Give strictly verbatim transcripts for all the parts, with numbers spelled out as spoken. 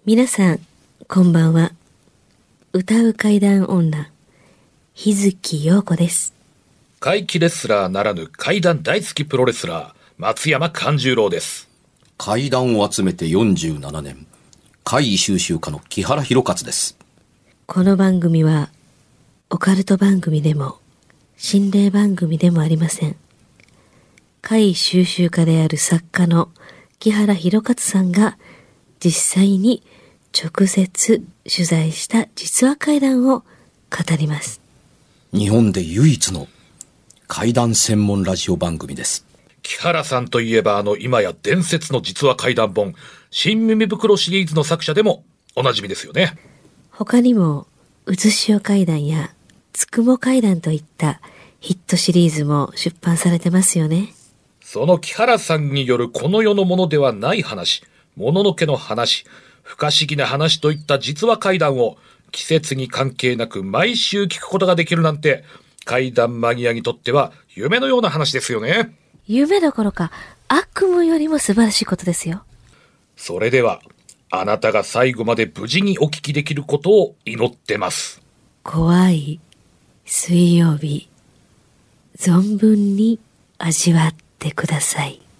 皆さんこんばんは。歌う怪談女日月陽子です。 怪奇レスラーならぬ怪談大好きプロレスラー松山勘十郎です。 怪談を集めてよんじゅうななねん、怪異収集家の木原博勝です。 この番組はオカルト番組でも心霊番組でもありません。怪異収集家である作家の木原博勝さんが実際に直接取材した実話怪談を語ります。 日本で唯一の怪談専門ラジオ番組です。 木原さんといえばあの今や伝説の実話怪談本新耳袋シリーズの作者でもおなじみですよね。 他にもうずしお怪談やつくも怪談といったヒットシリーズも出版されてますよね。 その木原さんによるこの世のものではない話、もののけの話、不可思議な話といった実話怪談を季節に関係なく毎週聞くことができるなんて怪談マニアにとっては夢のような話ですよね。 夢どころか悪夢よりも素晴らしいことですよ。 それではあなたが最後まで無事にお聞きできることを祈ってます。 怖い水曜日、存分に味わってください。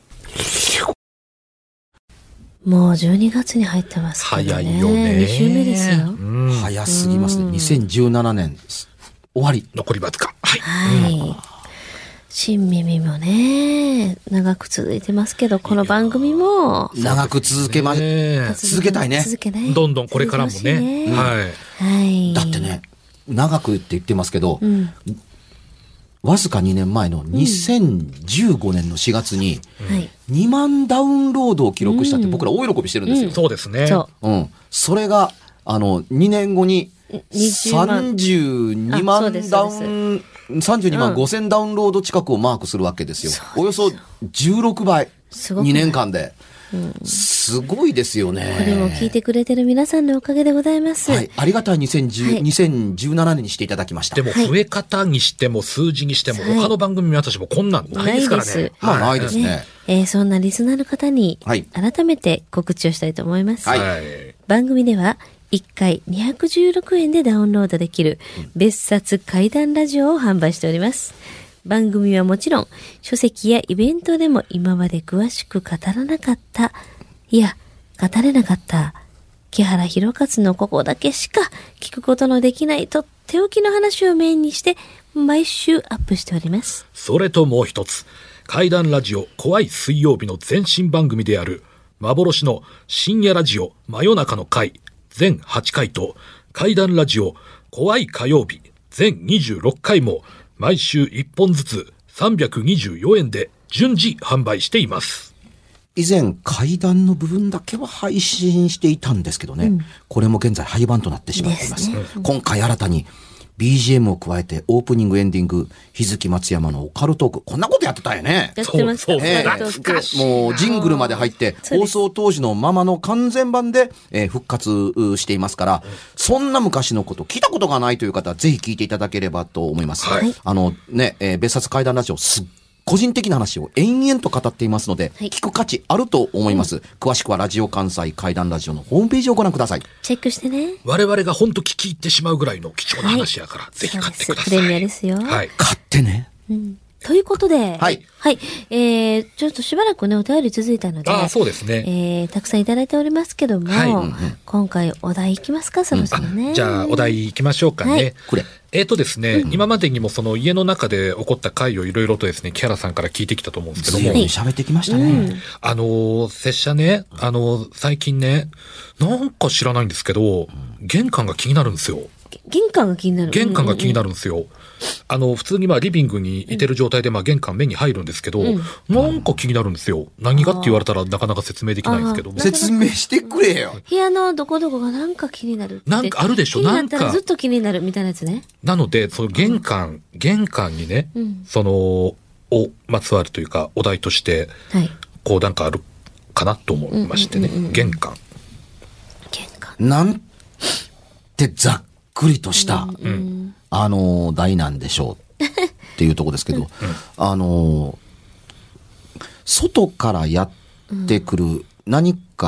もうじゅうにがつに入ってますからね。 早いよね。 に週目ですよ。 早すぎますね。にせんじゅうななねん終わり。 残りわずか。はい。 はい。新耳もね、長く続いてますけど、この番組も長く続けま、ね、続けたいね。 続けね。 どんどんこれからもね。ねうん、はい。 はい。 だってね、長くって言ってますけど、 うん、 わずかにねんまえのにせんじゅうごねんのしがつににまんダウンロードを記録したって僕ら大喜びしてるんですよ。 うん、そうですね。 そう。 うん。それが、あの、にねんごにさんじゅうにまんダウン、さんじゅうにまんごせんダウンロード近くをマークするわけですよ。およそじゅうろくばい。にねんかんで。うん、すごいですよね。 これも聞いてくれてる皆さんのおかげでございます。 はい。ありがたいにせんじゅう、はい、にせんじゅうななねんにしていただきました。 でも増え方にしても数字にしても、はい、他の番組私もこんなんないですからね。ないです。 まあないですね。ねえー、そんなリスナーの方に改めて告知をしたいと思います。はい。番組ではいっかいにひゃくじゅうろくえんでダウンロードできる別冊怪談ラジオを販売しております。番組はもちろん書籍やイベントでも今まで詳しく語らなかった、いや語れなかった木原博勝のここだけしか聞くことのできないとっておきの話をメインにして毎週アップしております。 それともう一つ、怪談ラジオ怖い水曜日の前身番組である幻の深夜ラジオ真夜中の会全はちかいと怪談ラジオ怖い火曜日全にじゅうろっかいも毎週いっぽんずつさんびゃくにじゅうよえんで順次販売しています。 以前怪談の部分だけは配信していたんですけどね、うん、これも現在廃盤となってしまっています、ね、今回新たに ビージーエム を加えてオープニングエンディング日月松山のオカルトーク、こんなことやってたよね。 やってました。 そうそう、えー、もうジングルまで入って放送当時のままの完全版で、えー、復活していますから、うん、そんな昔のこと聞いたことがないという方はぜひ聞いていただければと思います、はい、あのね、えー、別冊怪談ラジオすっ個人的な話を延々と語っていますので、はい、聞く価値あると思います、うん、詳しくはラジオ関西怪談ラジオのホームページをご覧ください。 チェックしてね。 我々が本当聞き入ってしまうぐらいの貴重な話やから、はい、ぜひ買ってください。 プレミアですよ、 はい、 買ってね、 うん、ということで、はい、はい、えー、ちょっとしばらくねお便り続いたので、 あ、そうですね、 えー、たくさんいただいておりますけども、はい、うんうん、今回お題いきますか、そろそろね、 うん、じゃあお題いきましょうかね、はい、 これえーとですね、うん、今までにもその家の中で起こった回をいろいろとですね、木原さんから聞いてきたと思うんですけども。 喋ってきましたね。うん、 あのー、拙者ね、あのー、最近ね、なんか知らないんですけど、玄関が気になるんですよ。 玄関が気になる玄関が気になるんですよ。うんうんうん、あの、普通にまあリビングにいてる状態でまあ玄関目に入るんですけど、うん、なんか気になるんですよ。何がって言われたらなかなか説明できないんですけども。 説明してくれよ。 部屋のどこどこがなんか気になるって。 なんかあるでしょ、なんか。 気になったらずっと気になるみたいなやつね。 なので、その玄関、うん、玄関にね、うん、その、をまつわるというか、お題として、はい、こうなんかあるかなと思いましてね、うんうんうんうん、玄関。 玄関。 なんてざっくりとした、うんうん、あの題なんでしょうっていうところですけど、うん、あの外からやってくる何か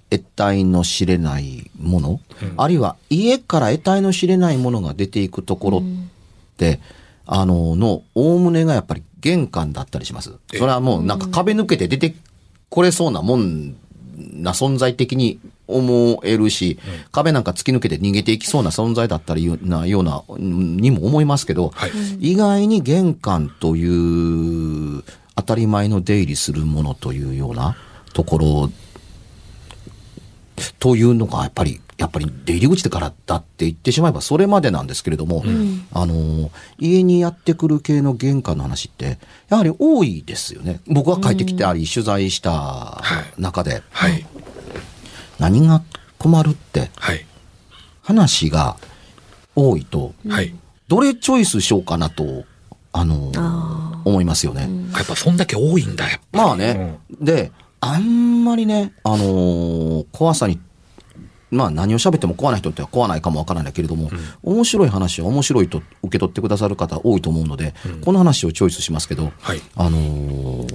得体の知れないもの、うん、あるいは家から得体の知れないものが出ていくところって、うん、あの、の、おおむねがやっぱり玄関だったりします。それはもうなんか壁抜けて出てこれそうなもんな存在的に思えるし、うん、壁なんか突き抜けて逃げていきそうな存在だったりなようなにも思いますけど、はい、意外に玄関という当たり前の出入りするものというようなところというのがやっぱりやっぱり出入り口からだって言ってしまえばそれまでなんですけれども、うん、あの家にやってくる系の玄関の話ってやはり多いですよね。僕が帰ってきてあり、うん、取材した中で、はいはい、何が困るって、はい、話が多いと、はい、どれチョイスしようかなとあのあ思いますよね、うん、 やっぱそんだけ多いんだやっぱり。まあね、うん、であんまりね、あのー、怖さにまあ何を喋っても怖ない人っては怖ないかもわからないけれども、うん、面白い話は面白いと受け取ってくださる方多いと思うので、うん、この話をチョイスしますけど、はい、あのー、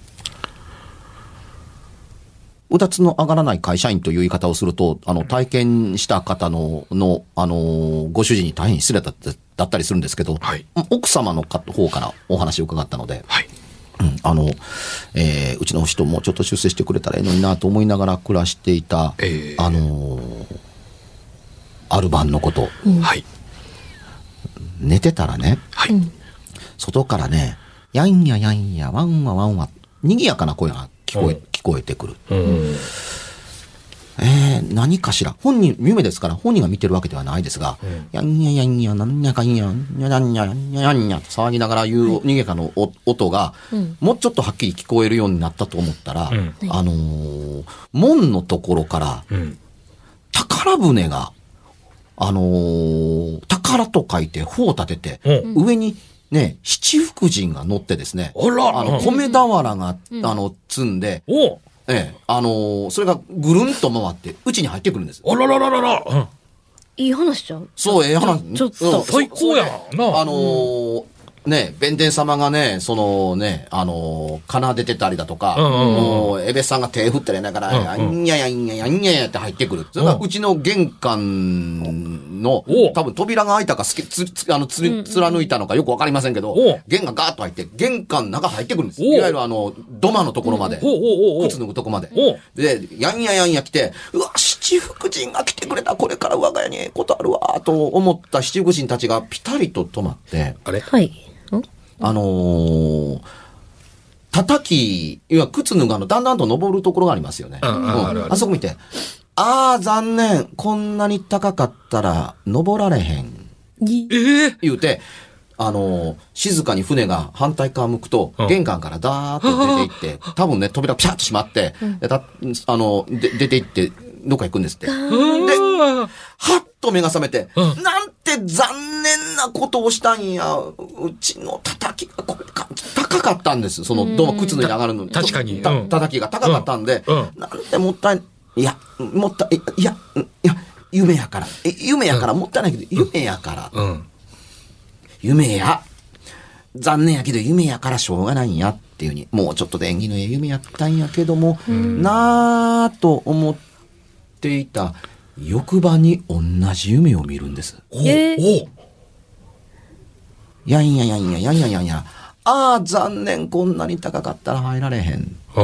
うだつの上がらない会社員という言い方をすると、あの体験した方ののあのー、ご主人に大変失礼だった、だったりするんですけど、はい、奥様の方からお話を伺ったので。はい、うん、あの、えー、うちの人もちょっと出世してくれたらいいのになと思いながら暮らしていた、えー、あのー、ある晩のこと、うん、寝てたらね、はい、外からね、やんややんや、ワンワワンワ、賑やかな声が聞こえ、うん、聞こえてくる。うんえー、何かしら本人、夢ですから本人が見てるわけではないですが、うん、やんややんや、なんやかんや、やんややんややんやと騒ぎながら言う逃げかの音が、うん、もうちょっとはっきり聞こえるようになったと思ったら、うん、あのー、門のところから、うん、宝船が、あのー、宝と書いて帆を立てて、うん、上にね、七福神が乗ってですね、あらあの、米俵が、うん、あの、積んで、おええ、あのー、それがぐるんと回って、うちに入ってくるんです。 あららららら、うん、 いい話ちゃう？ そう、ええ話。 ちょっと。 最高やんな。 あのー、ね、弁天様がね、そのね、あのー、奏でてたりだとか、うんうんうん、もう、エベスさんが手振ってりながら、うんうん、あんややんややんややって入ってくる。それがうちの玄関の、多分扉が開いたか、つ、つ、あの、つ、貫いたのかよくわかりませんけど、玄がガーッと入って、玄関の中入ってくるんです。いわゆるあの、土間のところまで、靴脱ぐとこまで。で、やんややんや来て、うわ、七福神が来てくれた、これから我が家にええことあるわ、と思った七福神たちがピタリと止まって、 あれはい。 あのー、叩き、いわ靴脱がのだんだんと登るところがありますよね。うんうん、あるある。あそこ見て、あー残念、こんなに高かったら登られへん。えー、言うて、あのー、静かに船が反対側向くと、うん、玄関からダーッと出て行って、多分ね、扉ピシャッと閉まって、うん、でたあので、出て行って、どっか行くんですって。で、はっと目が覚めて、うん、なんて残念なことをしたんや。うちの叩きが高かったんです。その、どうも靴脱いで上がるの。 確かに。 た叩きが高かったんで、うんうん、なんてもったい、いや、もったい、いや、いや、夢やから。え夢やから、もったいないけど、夢やから。うん、夢や。残念やけど、夢やからしょうがないんやっていうに、もうちょっとで縁起のええ夢やったんやけども、うん、なぁと思って、ていた翌晩に同じ夢を見るんです。おお。やんややんややんややんや。ああ残念、こんなに高かったら入られへん、うん、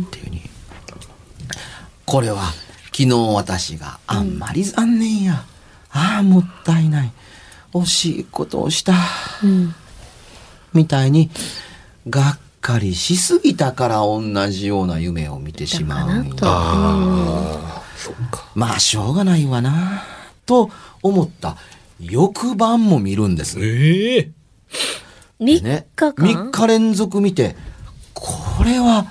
っていうに。これは昨日私があんまり残念や。うん、ああもったいない。惜しいことをした。うん、みたいにがっかりしすぎたから同じような夢を見てしまうんや。ああ。まあしょうがないわなと思った翌晩も見るんです。ええー、みっかかん、 みっか連続見て、これは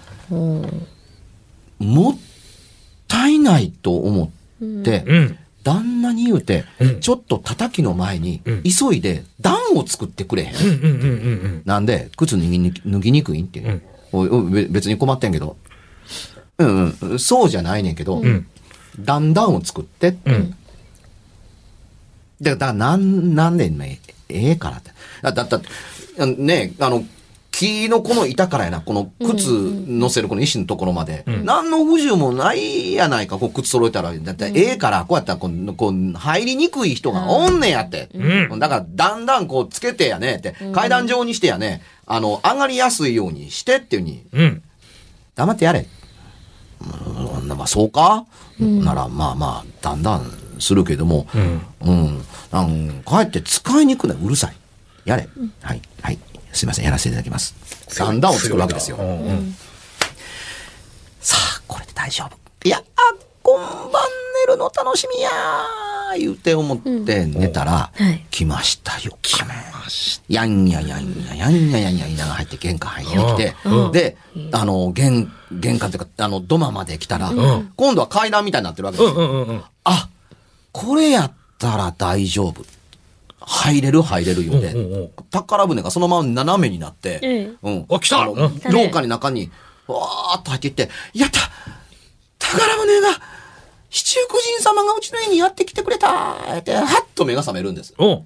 もったいないと思って、うん、旦那に言うて、うん、ちょっと叩きの前に急いで段を作ってくれへん、うんうんうんうん、なんで靴脱ぎに脱ぎにくいんって、うん、おいおい別に困ってんけど、うんうん、そうじゃないねんけど、うん、段々を作って。うん。だから、なん、なんで、ね、ええからって。だ、だ、だ、ね、あの、昨木のこの板からやな、この靴乗せるこの石のところまで、うん、何の不自由もないやないか、こう靴揃えたら。だってええから、こうやったらこう、こう入りにくい人がおんねやって。うん、だから、だんだんこうつけてやねって、階段状にしてやね、あの、上がりやすいようにしてっていうふうに、うん、黙ってやれ。うん、まあ、そうか、うん、なら、まあまあ、だんだんするけども、うん。うん。あの、かえって使いにくいのうるさい。やれ。うん、はい。はい。すいません。やらせていただきます。だんだんを作るわけですよ。うんうん、さあ、これで大丈夫。いや、あ、今晩寝るの楽しみやー言うて思って寝たら、うんはい、来ましたよ。来ました。やんややんややんややんや稲が入って玄関入ってきて、うん、で、あの、玄、玄関というか、あの、土間まで来たら、うん、今度は階段みたいになってるわけですよ。うんうんうん、あ、これやったら大丈夫。入れる入れる言うて、うんうんうん、宝船がそのまま斜めになって、うん。うん、 あ、来た、 うん、廊下に中に、わーっと入っていって、やった宝船が、七福神様がうちの家にやってきてくれたって、はっと目が覚めるんです。うん。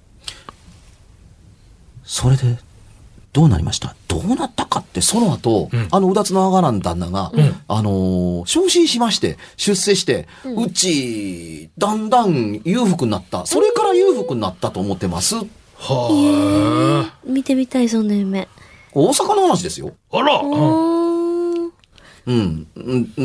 それで、どうなりました？どうなったかって、その後、うん、あの、うだつの上がらん旦那が、うん、あのー、昇進しまして、出世して、うん、うち、だんだん裕福になった。それから裕福になったと思ってます。はあ。見てみたい、そんな夢。 大阪の話ですよ。 あら。うん。 うん。うん。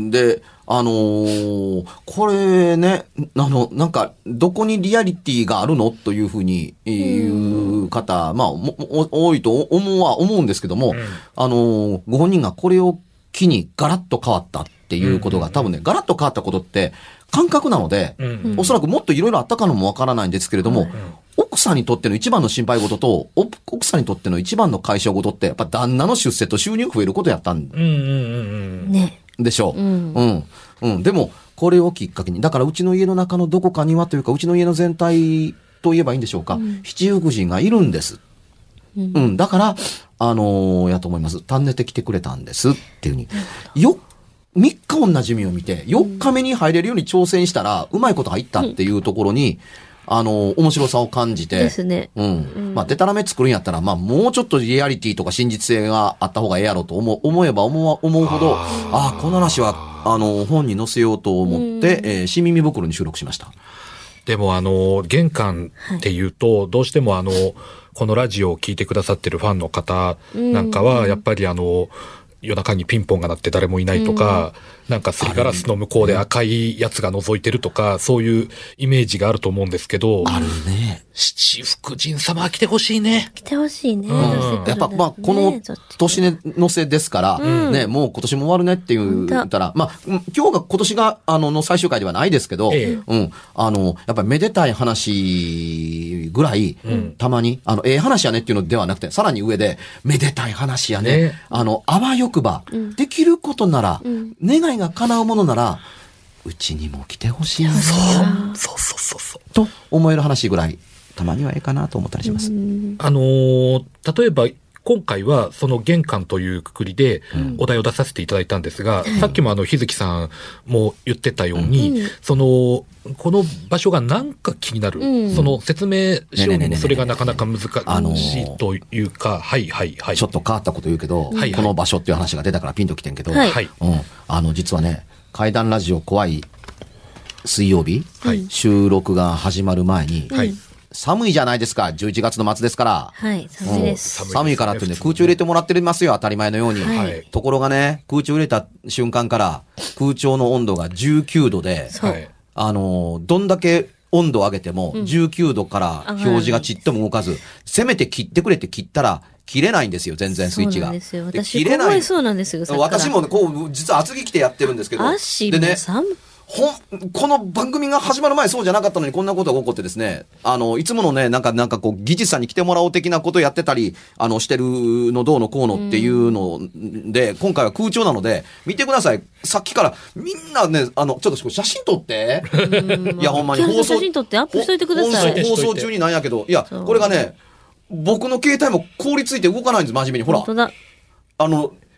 で、あのー、これね、あの、なんか、どこにリアリティがあるのというふうに言う方、まあ、多いと思うは思うんですけども、うん、あのー、ご本人がこれを機にガラッと変わったっていうことが、多分ね、ガラッと変わったことって感覚なので、うん、おそらくもっといろいろあったかのもわからないんですけれども、うん、奥さんにとっての一番の心配事と、奥さんにとっての一番の解消事って、やっぱ旦那の出世と収入増えることやったんね。 でしょう。うん。うん。うん。でも、これをきっかけに、だからうちの家の中のどこかにはというか、うちの家の全体と言えばいいんでしょうか、うん、七福神がいるんです。うん。うん、だから、あのー、やと思います。訪ねてきてくれたんですっていうふうに。よ、みっか同じ夢を見て、よっかめに入れるように挑戦したら、うまいこと入ったっていうところに、うんあの、面白さを感じて。 ですね。 うん。うん、まあ、デタラメ作るんやったら、まあ、もうちょっとリアリティとか真実性があった方がええやろと思う、思えば思う、思うほど、ああ、この話は、あの、本に載せようと思って、うん、えー、新耳袋に収録しました。 でも、あの、玄関っていうと、はい、どうしてもあの、このラジオを聞いてくださってるファンの方なんかは、やっぱりあの、夜中にピンポンが鳴って誰もいないとか、うん、なんかすりガラスの向こうで赤いやつが覗いてるとか、そういうイメージがあると思うんですけど。 あるね。 七福神様は来てほしいね。 来てほしいね。 うん、やっぱ、まあ、この年の瀬ですから、うん、ね、もう今年も終わるねって言ったら、まあ、今日が今年が、あの、の最終回ではないですけど、ええ、うん、あの、やっぱりめでたい話ぐらい、うん、たまに、あの、ええ話やねっていうのではなくて、さらに上で、めでたい話やね、ねあの、あわよくば、うん、できることなら、うん、願いが叶うものなら、うちにも来てほしいな。 そうそうそうそう。 と思える話ぐらい、たまにはええかなと思ったりします。あのー、例えば、今回はその玄関というくくりでお題を出させていただいたんですが、うん、さっきもあの日月さんも言ってたように、うん、その、この場所がなんか気になる。うん、その説明しようにもそれがなかなか難しいというか、はいはいはい。 ちょっと変わったこと言うけど、はいはい、この場所っていう話が出たからピンときてんけど、はい、うん、あの、実はね、怪談ラジオ怖い水曜日、はい、収録が始まる前に、はい、寒いじゃないですか。じゅういちがつの末ですから。 はい、寒いです。 うん、寒いからってね、空調入れてもらってますよ。当たり前のように。はい、ところがね、空調入れた瞬間から空調の温度がじゅうきゅうどで、あの、どんだけ温度を上げてもじゅうきゅうどから表示がちっとも動かず、うん、せめて切ってくれって切ったら、切れないんですよ、全然スイッチが。 そうなんですよ。私、切れない。そうなんですよ。 私もね、こう、実は厚着着てやってるんですけど。 足も寒い。 ほん、この番組が始まる前そうじゃなかったのにこんなことが起こってですね、あの、いつものね、なんか、なんかこう、技術さんに来てもらおう的なことやってたり、あの、してるのどうのこうのっていうので、今回は空調なので、見てください。さっきからみんなね、あの、ちょっと写真撮って。いや、ほんまに放送。 写真撮ってアップしといてください。 放送中になんやけど、いや、これがね、僕の携帯も凍りついて動かないんです、真面目に。ほら。本当だ。あの、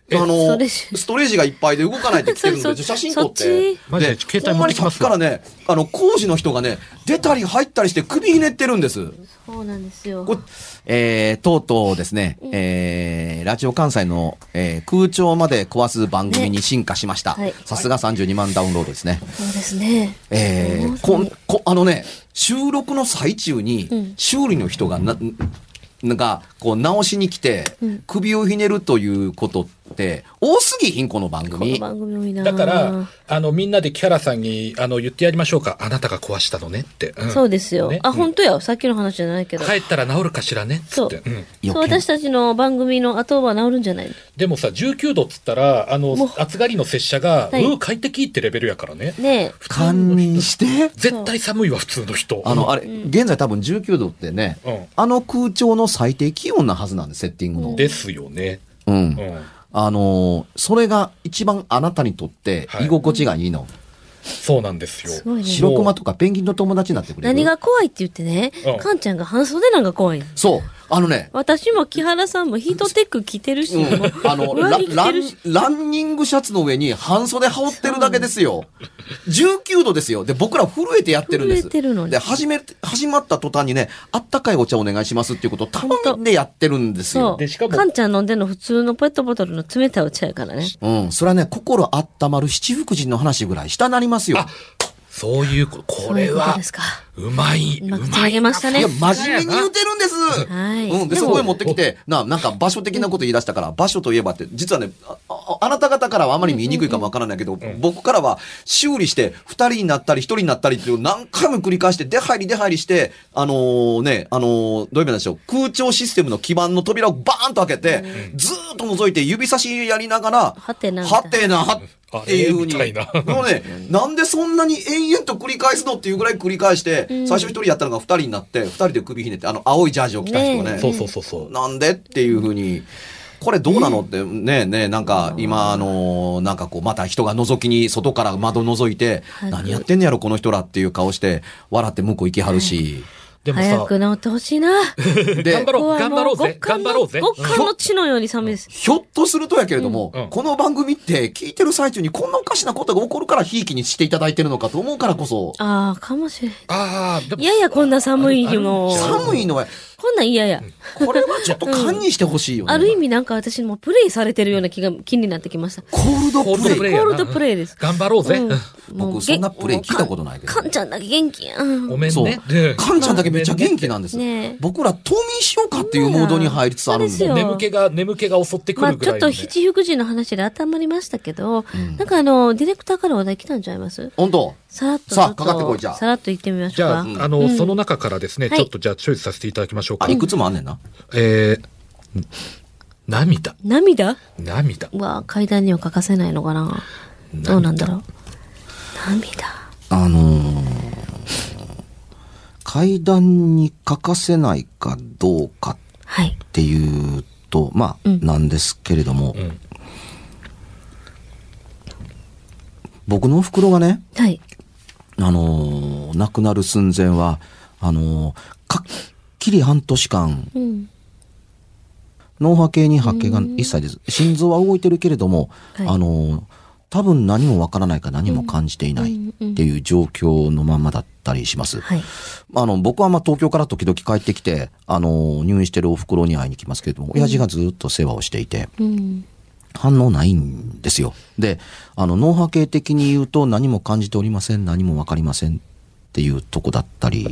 あの、ストレージがいっぱいで動かないで来てるんで、写真撮って。で、 マジで携帯持ってきます。 ほんまにさっきからね、あの、工事の人がね、出たり入ったりして首ひねってるんです。 そうなんですよ。 えー、とうとうですね、えー、ラジオ関西の、えー、空調まで壊す番組に進化しました。さすがさんじゅうにまんダウンロードですね。 そうですね。 えー、こん、こ、あのね、収録の最中に、修理の人がな、なんか、こう、直しに来て、首をひねるということって、多すぎひん、この番組。 この番組多いな。 だから、あの、みんなでキャラさんに、あの、言ってやりましょうか。あなたが壊したのねって。 うん、そうですよ。ね、あ、本当や。さっきの話じゃないけど。 帰ったら治るかしらねっつって。そう。うん、 そう、私たちの番組の後は治るんじゃないでもさ、じゅうきゅうどっつったら、あの、暑がりの拙者が、はい、うー、快適ってレベルやからね。 ねえ。 堪忍して。 絶対寒いわ、普通の人。 あの、あれ、うん、現在多分じゅうきゅうどってね、うん、あの空調の最低気温なはずなんです、セッティングの。 ですよね。 うん。うん、あのー、それが一番あなたにとって居心地がいいの。はい、 そうなんですよ。すごいね。白熊とかペンギンの友達になってくれる。 何が怖いって言ってね、うん、カンちゃんが半袖なんか怖い。 そう。あのね。 私も木原さんもヒートテック着てるし。うん、 あのララン、ランニングシャツの上に半袖羽織ってるだけですよ。じゅうきゅうどですよ。で、僕ら震えてやってるんです。 震えてるのに。 で、始め、始まった途端にね、あったかいお茶お願いしますっていうことを頼んでやってるんですよ。 で、しかも。 カンちゃん飲んでるの普通のペットボトルの冷たいお茶やからね。 うん。それはね、心温まる七福神の話ぐらい下なりますよ。 あ、そういうこと、これは。そうですか。うまい。 うまくつなげましたね。 いや、真面目に言うてるんです。 はい。 うん。で、そこへ持ってきて、な、なんか場所的なこと言い出したから、場所といえばって、実はね、あ、あ、あなた方からはあまり見えにくいかもわからないけど、僕からは修理して、二人になったり一人になったりっていう何回も繰り返して、出入り出入りして、あのー、ね、あのー、どういう意味なんでしょう、空調システムの基板の扉をバーンと開けて、ずーっと覗いて指差しやりながら、 はてな。 はてな、っていうふうに。もうね、なんでそんなに延々と繰り返すのっていうぐらい繰り返して、最初一人やったのが二人になって、二人で首ひねって、あの、青いジャージを着た人がね。 そうそうそうそう。 なんでっていうふうに、これどうなのってね、ね、なんか今、あの、なんかこう、また人が覗きに、外から窓覗いて、何やってんねやろ、この人らっていう顔して、笑って向こう行きはるし。 でもさ、 早く治ってほしいな。 頑張ろう、頑張ろうぜ、頑張ろうぜ。 極寒の地のように寒いです。 ひょっとするとやけれども、うん、この番組って聞いてる最中にこんなおかしなことが起こるからひいきにしていただいてるのかと思うからこそ。 ああ、かもしれない。 ああ、 いやいや、こんな寒い日も。 寒いのは、 こんなん嫌や。 これはちょっと勘にしてほしいよね、 うん。ある意味なんか私もプレイされてるような気が、気になってきました。 コールドプレイ。 コールドプレイです。 頑張ろうぜ。うん、 僕そんなプレイ聞いたことないけど。 カンちゃんだけ元気やん。 ごめんね。 カンちゃんだけめっちゃ元気なんです。ね、僕ら冬眠しようかっていうモードに入りつつあるんですよ。 眠気が、眠気が襲ってくるぐらい、ね。 まあちょっと七福神の話で頭まりましたけど、うん、なんかあの、ディレクターから話題来たんちゃいます？ 本当？ さらっと。 さあ、かかってこいじゃあ。 さらっと言ってみましょうか。 じゃあ、あの、うん、その中からですね、ちょっとじゃあチョイスさせていただきましょうか。 あ、いくつもあんねんな。 えー、涙。 涙？ 涙。 うわ、階段には欠かせないのかな。どうなんだろう。涙。 あのー、階段に欠かせないかどうかっていうと、はい、まあ、うん、なんですけれども、うん、僕のお袋がね、 はい、 あのー、亡くなる寸前は、あのー、かっきり半年間、うん、脳波計に波形が一切です。心臓は動いてるけれども、はい、あのー、多分何もわからないか何も感じていないっていう状況のままだったりします。はい、あの僕はまあ東京から時々帰ってきて、あの入院してるお袋に会いに来ますけれども、うん、親父がずっと世話をしていて、うん、反応ないんですよ。で、あの脳波計的に言うと何も感じておりません、何もわかりませんっていうとこだったり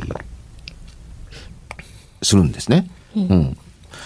するんですね。うん。うん、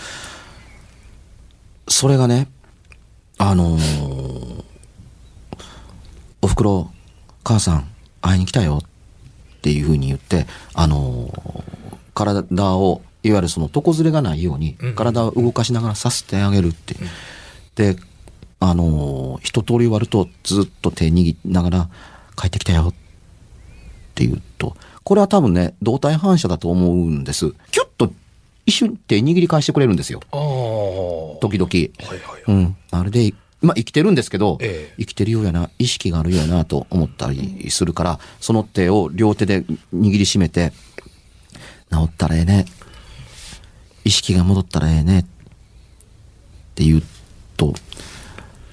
それがね、あのーおふくろ、母さん、会いに来たよっていうふうに言って、あのー、体を、いわゆるその床ずれがないように、体を動かしながらさせてあげるって。うん、で、あのー、一通り終わると、ずっと手握りながら、帰ってきたよって言うと、これは多分ね、動体反射だと思うんです。キュッと一瞬手握り返してくれるんですよ。時々。はいはいはい、うん。あれで、まあ生きてるんですけど、ええ、生きてるようやな、意識があるようやなと思ったりするから、その手を両手で握りしめて、治ったらええね、意識が戻ったらええねって言うと、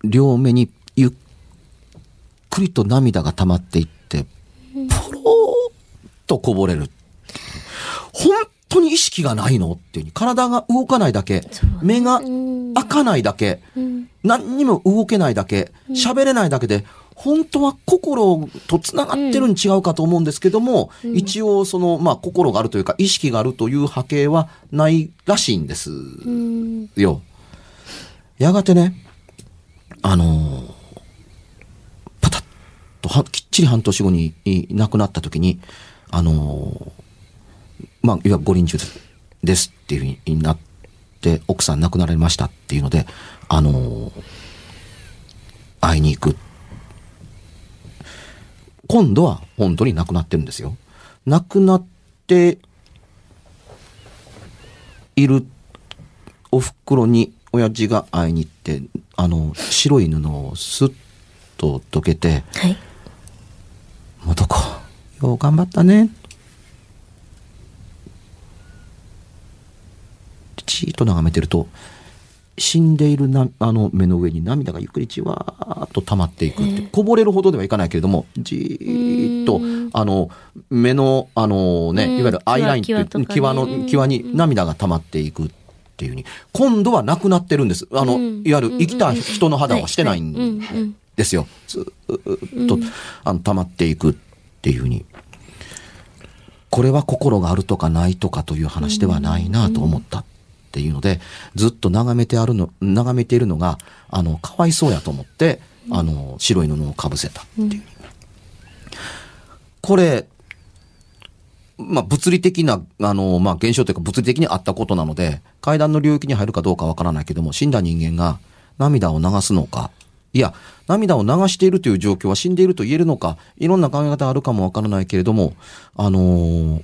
両目にゆっくりと涙が溜まっていって、ポローっとこぼれる。本当に意識がないのっていうに、体が動かないだけ、目が開かないだけ、何にも動けないだけ、喋れないだけで、本当は心とつながってるに違うかと思うんですけども、うん、一応その、まあ、心があるというか意識があるという波形はないらしいんですよ。やがてね、あのー、パタッとはきっちり半年後に亡くなった時に、あのー、まあ、いわゆるご臨終ですっていうふうになって、奥さん亡くなられましたっていうので、あのー、会いに行く。今度は本当に亡くなってるんですよ。亡くなっているお袋に親父が会いに行って、あの白い布をスッとどけて、はい、元子よう頑張ったね、じーっと眺めてると、死んでいるなあの目の上に涙がゆっくりじわーっと溜まっていくって、こぼれるほどではいかないけれども、じーっとあの目のあのね、いわゆるアイラインという際の際に涙が溜まっていくっていうに、今度はなくなってるんです。あのいわゆる生きた人の肌はしてないんですよ。ずーっとあの溜まっていくっていうに、これは心があるとかないとかという話ではないなと思った。っていうので、ずっと眺めてあるの、眺めているのが、あの、かわいそうやと思って、あの、白い布をかぶせたっていう。うん、これ、まあ、物理的な、あの、まあ、現象というか物理的にあったことなので、階段の領域に入るかどうかわからないけども、死んだ人間が涙を流すのか、いや、涙を流しているという状況は死んでいると言えるのか、いろんな考え方あるかもわからないけれども、あのー、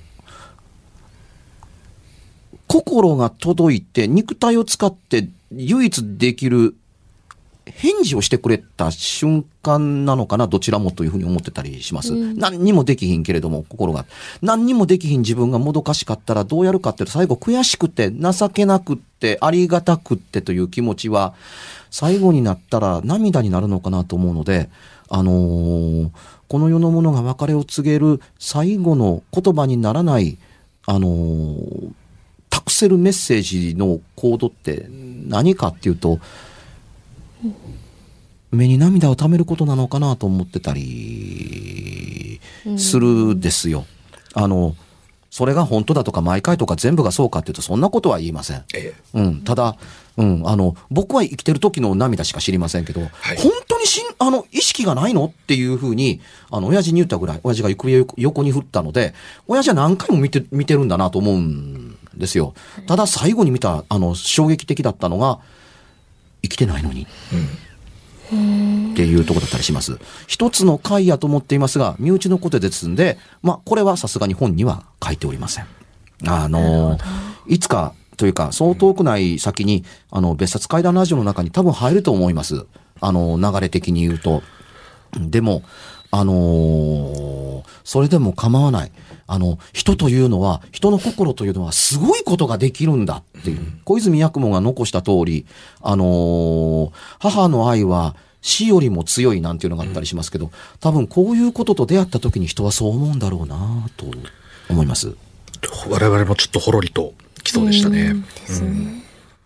心が届いて肉体を使って唯一できる返事をしてくれた瞬間なのかな、どちらもというふうに思ってたりします。うん、何にもできひんけれども、心が何にもできひん自分がもどかしかったらどうやるかっていうと、最後悔しくて情けなくってありがたくってという気持ちは最後になったら涙になるのかなと思うので、あのー、この世のものが別れを告げる最後の言葉にならないあのー託せるメッセージのコードって何かっていうと、目に涙をためることなのかなと思ってたりするですよ。あのそれが本当だとか毎回とか全部がそうかっていうと、そんなことは言いません。ええ、うん、ただ、うん、あの僕は生きてる時の涙しか知りませんけど、はい、本当にしんあの意識がないのっていうふうにあの親父に言ったぐらい、親父が首を横に振ったので、親父は何回も見て見てるんだなと思うんですよ。ただ最後に見たあの衝撃的だったのが、生きてないのに、うん、っていうところだったりします。一つの回やと思っていますが、身内のことですんで、まあこれはさすがに本には書いておりません。あのいつかというかそう遠くない先に、あの別冊怪談ラジオの中に多分入ると思います。あの流れ的に言うと。でもあのー、それでも構わない。あの、人というのは、人の心というのはすごいことができるんだっていう。うん、小泉八雲が残した通り、あのー、母の愛は死よりも強いなんていうのがあったりしますけど、多分こういうことと出会った時に人はそう思うんだろうなと思います。 我々もちょっとほろりときそうでしたね。うんですね。 うん、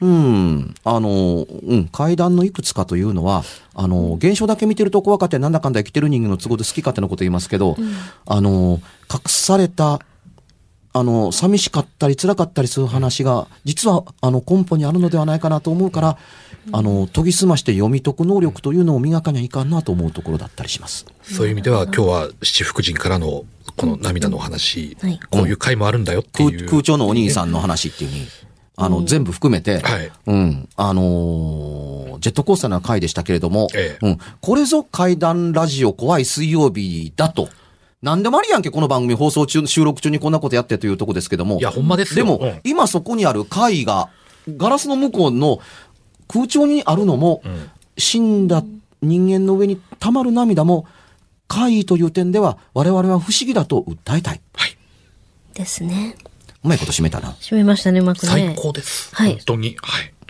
あの、うん、階段のいくつかというのは、あの、現象だけ見てると怖かってなんだかんだ生きてる人間の都合で好き勝手なこと言いますけど、うん、あの、隠された、あの、寂しかったり辛かったりする話が、実は、あの、根本にあるのではないかなと思うから、うん、あの、研ぎ澄まして読み解く能力というのを磨かにはいかんなと思うところだったりします。 そういう意味では、今日は七福神からの、この涙のお話、うんはい、こういう回もあるんだよっていう。 空, 空調のお兄さんの話っていうに。あの、うん、全部含めて、はい、うん、あのー、ジェットコースターな回でしたけれども、ええ、うん、これぞ怪談ラジオ怖い水曜日だと。なんでもありやんけ、この番組放送中、収録中にこんなことやってというとこですけども。 いや、ほんまですよ。 でも、うん、今そこにある回が、ガラスの向こうの空調にあるのも、うん、死んだ人間の上に溜まる涙も、怪異という点では、我々は不思議だと訴えたい。 はい。 ですね。 うまいこと締めたな。 締めましたね、うまくね。 最高です。はい。本当に。はい。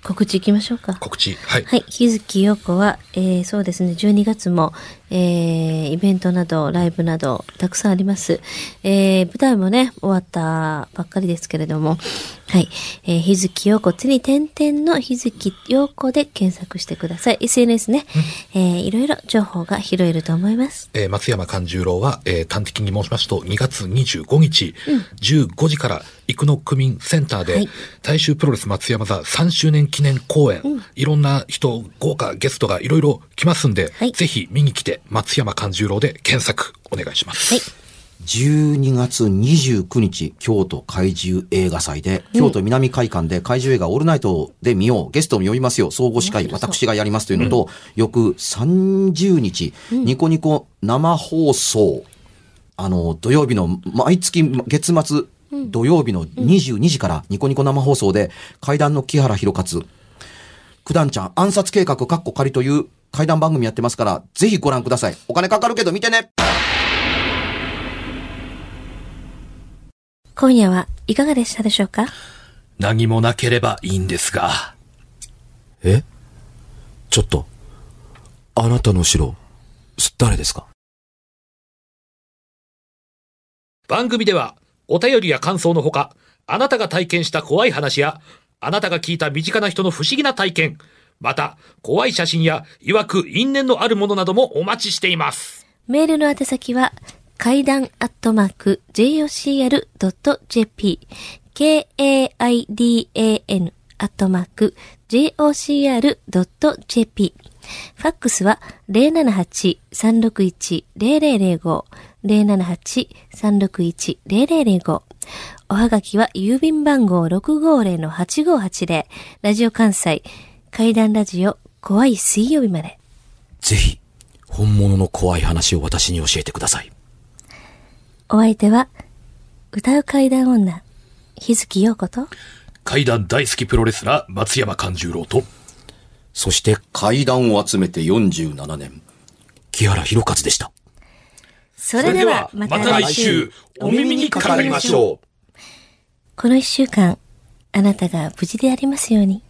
告知いきましょうか。 告知。はい。 はい。日月陽子は、えー、そうですね、じゅうにがつも、えー、イベントなど、ライブなど、たくさんあります。えー、舞台もね、終わったばっかりですけれども、はい。えー、日月陽子、つに点々の日月陽子で検索してください。エスエヌエス ね、うん、えー、いろいろ情報が拾えると思います。 えー、松山勘十郎は、えー、端的に申しますと、にがつにじゅうごにち、うん、じゅうごじから生野区民センターで、はい、大衆プロレス松山座さんしゅうねん記念公演、うん、いろんな人、豪華ゲストがいろいろ来ますんで、はい、ぜひ見に来て、松山勘十郎で検索お願いします。はい。 じゅうにがつにじゅうくにち、京都怪獣映画祭で、京都南会館で怪獣映画オールナイトで見よう、ゲストも呼びますよ、総合司会、私がやりますというのと、うん、翌さんじゅうにち、うん、ニコニコ生放送、あの、土曜日の、毎月月末、土曜日のにじゅうにじからニコニコ生放送で、怪談の木原博勝、九段ちゃん暗殺計画カッコ仮という怪談番組やってますから、ぜひご覧ください。お金かかるけど見てね。 今夜はいかがでしたでしょうか？ 何もなければいいんですが。 え？ちょっと、あなたの後ろ、誰ですか？ 番組では、お便りや感想のほか、あなたが体験した怖い話や、あなたが聞いた身近な人の不思議な体験、また、怖い写真や、曰く因縁のあるものなどもお待ちしています。 メールの宛先は、怪談アットマーク ジェイオーシーアールドットジェーピー ケーエーアイディーエーエヌ アットマーク ジェイオーシーアールドットジェーピー ファックスは ゼロななはち さんろくいち ゼロゼロゼロご ゼロななはち さんろくいち ゼロゼロゼロご。おはがきは郵便番号 ろくごーぜろのはちごーはちぜろ ラジオ関西怪談ラジオ怖い水曜日まで。 ぜひ本物の怖い話を私に教えてください。 お相手は歌う怪談女日月陽子と怪談大好きプロレスラー松山勘十郎と、 そして怪談を集めてよんじゅうななねん木原博勝でした。 それではまた来週お耳にかかりましょう。 この一週間あなたが無事でありますように。